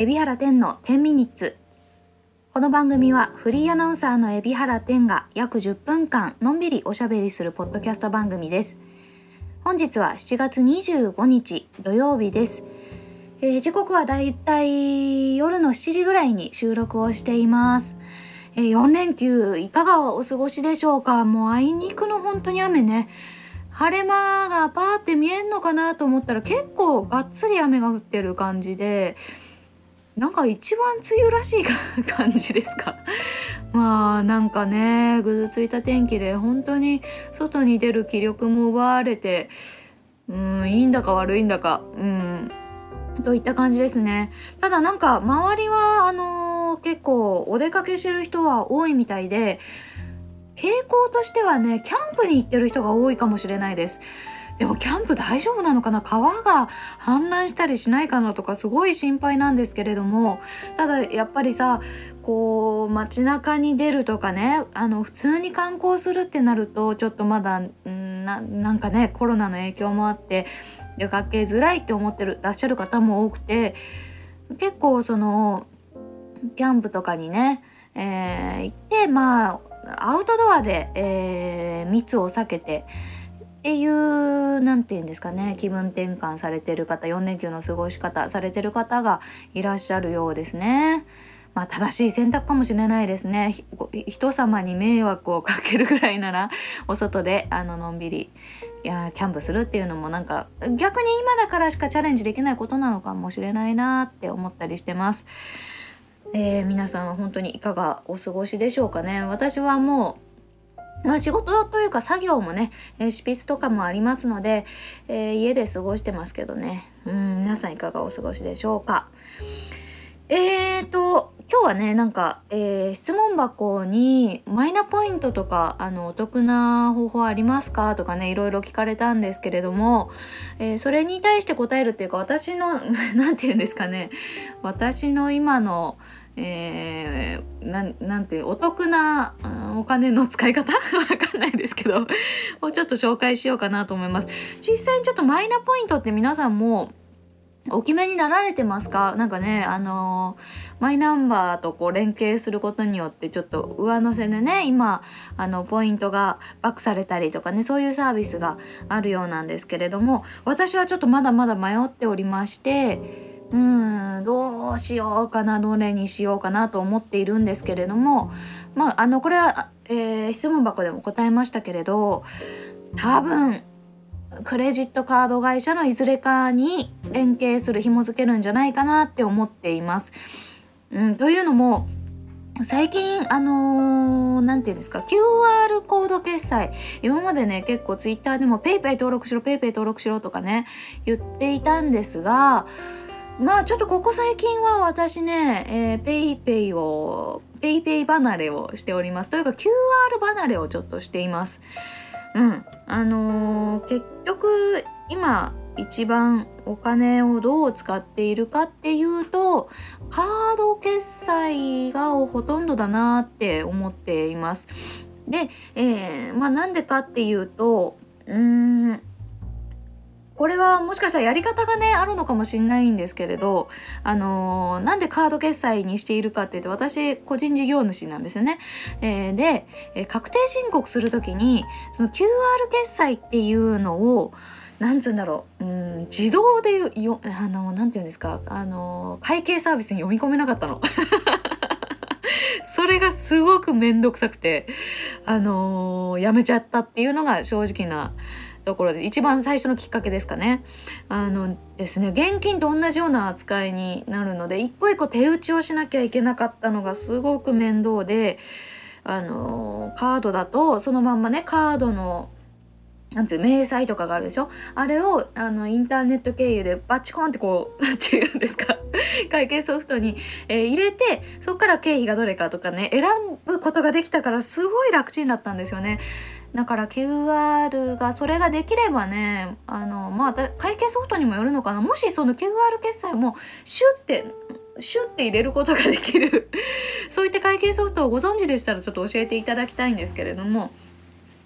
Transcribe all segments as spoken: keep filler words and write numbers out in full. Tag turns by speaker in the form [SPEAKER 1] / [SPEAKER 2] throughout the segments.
[SPEAKER 1] 海老原天のじゅうミニッツ。この番組はフリーアナウンサーの海老原天が約じゅっぷんかんのんびりおしゃべりするポッドキャスト番組です。本日はしちがつにじゅうごにち土曜日です。えー、時刻はだいたい夜のしちじぐらいに収録をしています。えー、よんれんきゅういかがお過ごしでしょうか。もうあいにくの本当に雨ね。晴れ間がパーって見えんのかなと思ったら結構がっつり雨が降ってる感じで、なんか一番梅雨らしい感じですか。まあなんかね、ぐずついた天気で本当に外に出る気力も奪われて、うーんいいんだか悪いんだか、うんといった感じですね。ただなんか周りはあのー、結構お出かけしてる人は多いみたいで、傾向としてはね、キャンプに行ってる人が多いかもしれないです。でもキャンプ大丈夫なのかな、川が氾濫したりしないかなとかすごい心配なんですけれども、ただやっぱりさ、こう街中に出るとかね、あの普通に観光するってなるとちょっとまだん な, なんかねコロナの影響もあって出かけづらいって思ってるらっしゃる方も多くて、結構そのキャンプとかにね、えー、行ってまあアウトドアで、えー、密を避けてっていうなんていうんですかね、気分転換されてる方、よんれんきゅうの過ごし方されてる方がいらっしゃるようですね。まあ正しい選択かもしれないですね。人様に迷惑をかけるぐらいならお外であののんびりいやキャンプするっていうのもなんか逆に今だからしかチャレンジできないことなのかもしれないなって思ったりしてます。えー、皆さんは本当にいかがお過ごしでしょうかね。私はもうまあ、仕事というか作業もね、えー、執筆とかもありますので、えー、家で過ごしてますけどね。うん皆さんいかがお過ごしでしょうか。えーと今日はねなんか、えー、質問箱にマイナポイントとかあのお得な方法ありますかとかねいろいろ聞かれたんですけれども、えー、それに対して答えるっていうか、私のなんていうんですかね、私の今のえー、な, なんてお得な、うん、お金の使い方わかんないですけどもうちょっと紹介しようかなと思います。実際にちょっとマイナポイントって皆さんもお決めになられてますか？なんかねあのー、マイナンバーとこう連携することによってちょっと上乗せでね今あのポイントがバックされたりとかね、そういうサービスがあるようなんですけれども、私はちょっとまだまだ迷っておりまして、うーんどうしようかな、どれにしようかなと思っているんですけれども、まああのこれは、えー、質問箱でも答えましたけれど、多分クレジットカード会社のいずれかに連携する、紐付けるんじゃないかなって思っています。うん、というのも最近あのー、なんていうんですか キューアール コード決済、今までね結構ツイッターでもペイペイ登録しろペイペイ登録しろとかね言っていたんですが、まあちょっとここ最近は私ね、えー、ペイペイをペイペイ離れをしております。というか キューアール 離れをちょっとしています。うんあのー、結局今一番お金をどう使っているかっていうとカード決済がほとんどだなって思っています。で、えー、まあなんでかっていうとうーんこれはもしかしたらやり方がねあるのかもしれないんですけれど、あのー、なんでカード決済にしているかっていうと、私個人事業主なんですよね。えー、で、えー、確定申告するときにその キューアール 決済っていうのをなんつうんだろう、うん、自動でよあのなんていうんですか、あの会計サービスに読み込めなかったの。それがすごくめんどくさくて、あのー、やめちゃったっていうのが正直なところで一番最初のきっかけですかね。あのですね、現金と同じような扱いになるので一個一個手打ちをしなきゃいけなかったのがすごく面倒で、あのカードだとそのまんまねカードのなんていう明細とかがあるでしょ、あれをあのインターネット経由でバッチコンってこうなんていうんですか会計ソフトに、えー、入れてそこから経費がどれかとかね選ぶことができたからすごい楽ちんだったんですよね。だから キューアール がそれができればね、あのまあ会計ソフトにもよるのかな、もしその キューアール 決済もシュッてシュッて入れることができるそういった会計ソフトをご存知でしたらちょっと教えていただきたいんですけれども、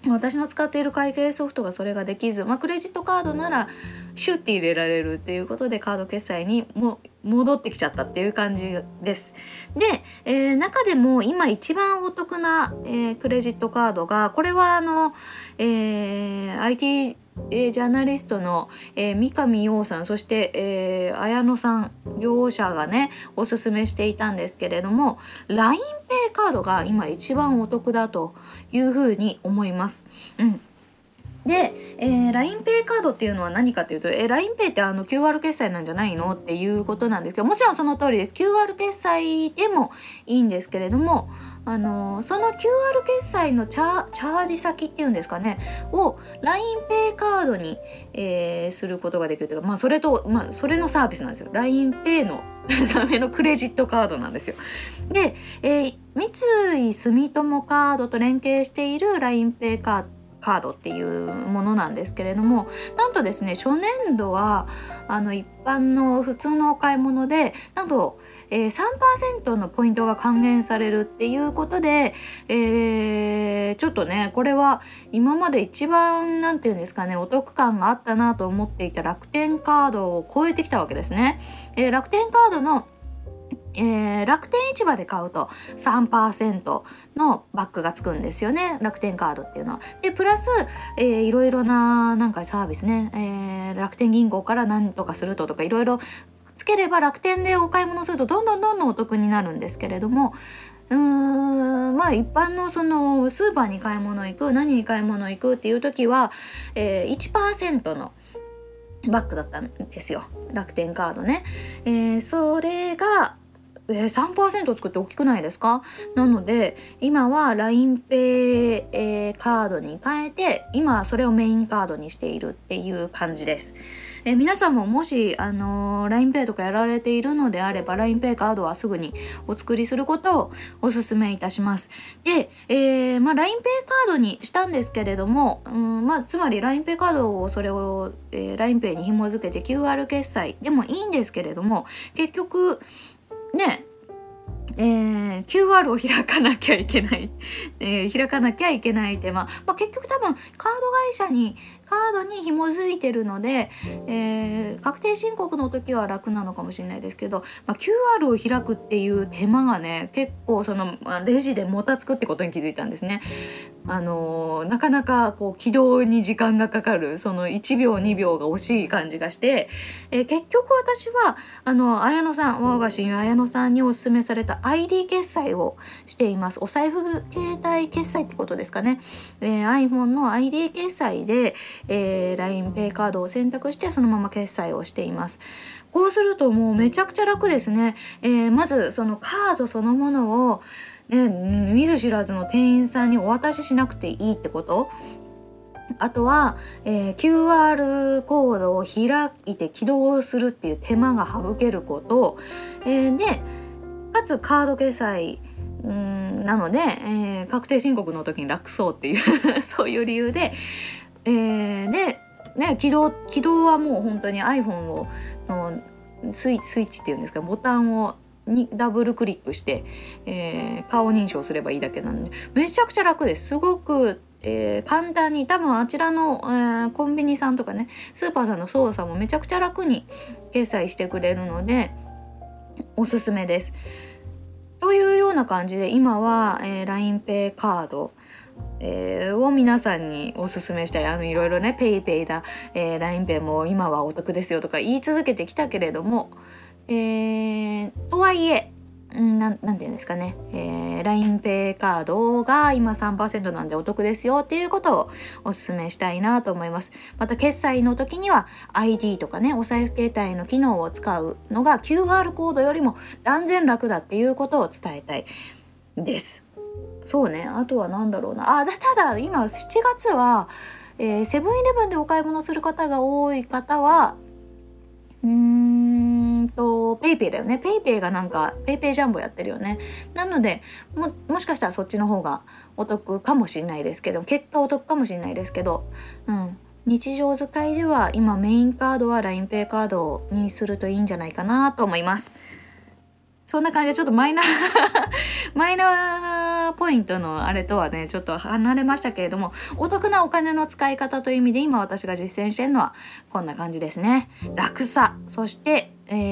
[SPEAKER 1] 私の使っている会計ソフトがそれができず、まあ、クレジットカードならシュッて入れられるっていうことでカード決済にも戻ってきちゃったっていう感じです。で、えー、中でも今一番お得な、えー、クレジットカードが、これはあの、えー、アイティーえー、ジャーナリストの、えー、三上洋さん、そして、えー、綾野さん両者がねおすすめしていたんですけれども、 ラインペイ カードが今一番お得だというふうに思います。うんで、えー、ラインペイ カードっていうのは何かというと、えー、ラインペイ ってあの キューアール 決済なんじゃないのっていうことなんですけど、もちろんその通りです。 キューアール 決済でもいいんですけれども、あのー、その キューアール 決済のチャー、チャージ先っていうんですかねを ラインペイ カードに、えー、することができるというか、まあそれと、まあ、それのサービスなんですよ。 ラインペイ のためのクレジットカードなんですよ。で、えー、三井住友カードと連携している ラインペイ カードカードっていうものなんですけれども、なんとですね、初年度はあの一般の普通のお買い物でなんと、えー、さんパーセント のポイントが還元されるっていうことで、えー、ちょっとねこれは今まで一番なんていうんですかね、お得感があったなと思っていた楽天カードを超えてきたわけですね。えー、楽天カードのえー、楽天市場で買うと さんパーセント のバックがつくんですよね、楽天カードっていうのは。でプラス、えー、いろいろななんかサービスね、えー、楽天銀行から何とかするととかいろいろつければ楽天でお買い物するとどんどんどんどんお得になるんですけれども、うーんまあ一般のそのスーパーに買い物行く、何に買い物行くっていう時は、えー、いちパーセント のバックだったんですよ、楽天カードね。えー、それがえー、さんパーセント つくって大きくないですか？なので今は ラインペイ、えー、カードに変えて、今それをメインカードにしているっていう感じです。えー、皆さんももし、あのー、ラインペイ とかやられているのであれば ラインペイ カードはすぐにお作りすることをお勧めいたします。で、えーまあ、ラインペイ カードにしたんですけれども、うんまあ、つまり ラインペイ カードをそれを、えー、ラインペイ に紐付けて キューアール 決済でもいいんですけれども、結局ねえー、キューアール を開かなきゃいけない、えー、開かなきゃいけない手間、まあ、結局多分カード会社にカードに紐づいてるので、えー、確定申告の時は楽なのかもしれないですけど、まあ、キューアール を開くっていう手間がね結構その、まあ、レジでもたつくってことに気づいたんですね。あのー、なかなかこう起動に時間がかかる、そのいちびょうにびょうが惜しい感じがして、えー、結局私はあの綾野さん、我が親友綾野さんにお勧めされた アイディー 決済をしています。お財布携帯決済ってことですかね。えー、iPhone の アイディー 決済で、えー、ラインペイ カードを選択してそのまま決済をしています。こうするともうめちゃくちゃ楽ですね。えー、まずそのカードそのものをね、見ず知らずの店員さんにお渡ししなくていいってこと。あとは、えー、キューアール コードを開いて起動するっていう手間が省けること、えー、でかつカード決済んなので、えー、確定申告の時に楽そうっていうそういう理由で、えー、で、ね、起動起動はもう本当に iPhone をのスイッチスイッチっていうんですか、ボタンをにダブルクリックして、えー、顔認証すればいいだけなのでめちゃくちゃ楽です。すごく、えー、簡単に、多分あちらの、えー、コンビニさんとかねスーパーさんの操作もめちゃくちゃ楽に決済してくれるのでおすすめです。というような感じで今は、えー、ラインペイ カードえー、を皆さんにおすすめしたい。あのいろいろね ペイペイ だ、えー、ラインペイ も今はお得ですよとか言い続けてきたけれども、えー、とはいえんな ん, なんていうんですかね、えー、ラインペイ カードが今 さんパーセント なんでお得ですよっていうことをおすすめしたいなと思います。また決済の時には アイディー とかねお財布携帯の機能を使うのが キューアール コードよりも断然楽だっていうことを伝えたいです。そうね、あとはなんだろうなあだただ今しちがつは、えー、セブンイレブンでお買い物する方が多い方はうーんとペイペイだよね。ペイペイがなんかペイペイジャンボやってるよね。なので も, もしかしたらそっちの方がお得かもしれないですけど、結果お得かもしれないですけど、うん、日常使いでは今メインカードは ラインペイ カードにするといいんじゃないかなと思います。 そんな感じでちょっとマイナーマイナーポイントのあれとはねちょっと離れましたけれども、お得なお金の使い方という意味で今私が実践してるのはこんな感じですね。楽さ、そして、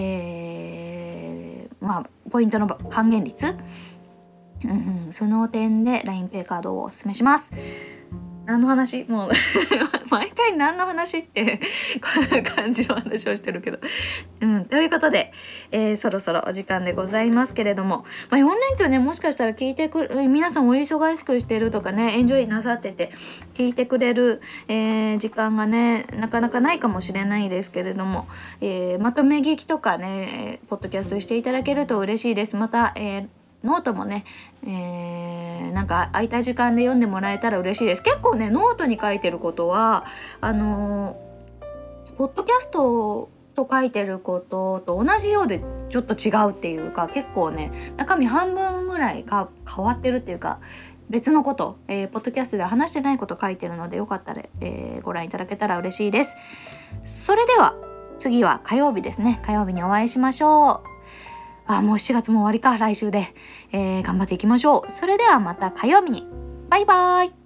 [SPEAKER 1] えー、まあポイントの還元率、うんうん、その点で ラインペイ カードをお勧めします。何の話もう毎回何の話ってこんな感じの話をしてるけど、うん、ということで、えー、そろそろお時間でございますけれども、まあ、よん連休ねもしかしたら聞いてくる皆さんお忙しくしてるとかねエンジョイなさってて聞いてくれる、えー、時間がねなかなかないかもしれないですけれども、えー、まとめ聞きとかねポッドキャストしていただけると嬉しいです。また、えーノートもね、えー、なんか空いた時間で読んでもらえたら嬉しいです。結構ねノートに書いてることはあのー、ポッドキャストと書いてることと同じようでちょっと違うっていうか、結構ね中身半分ぐらいか変わってるっていうか別のこと、えー、ポッドキャストでは話してないこと書いてるのでよかったら、えー、ご覧いただけたら嬉しいです。それでは次は火曜日ですね。火曜日にお会いしましょう。あ、もうしちがつも終わりか。来週で、えー、頑張っていきましょう。それではまた火曜日に。バイバイ。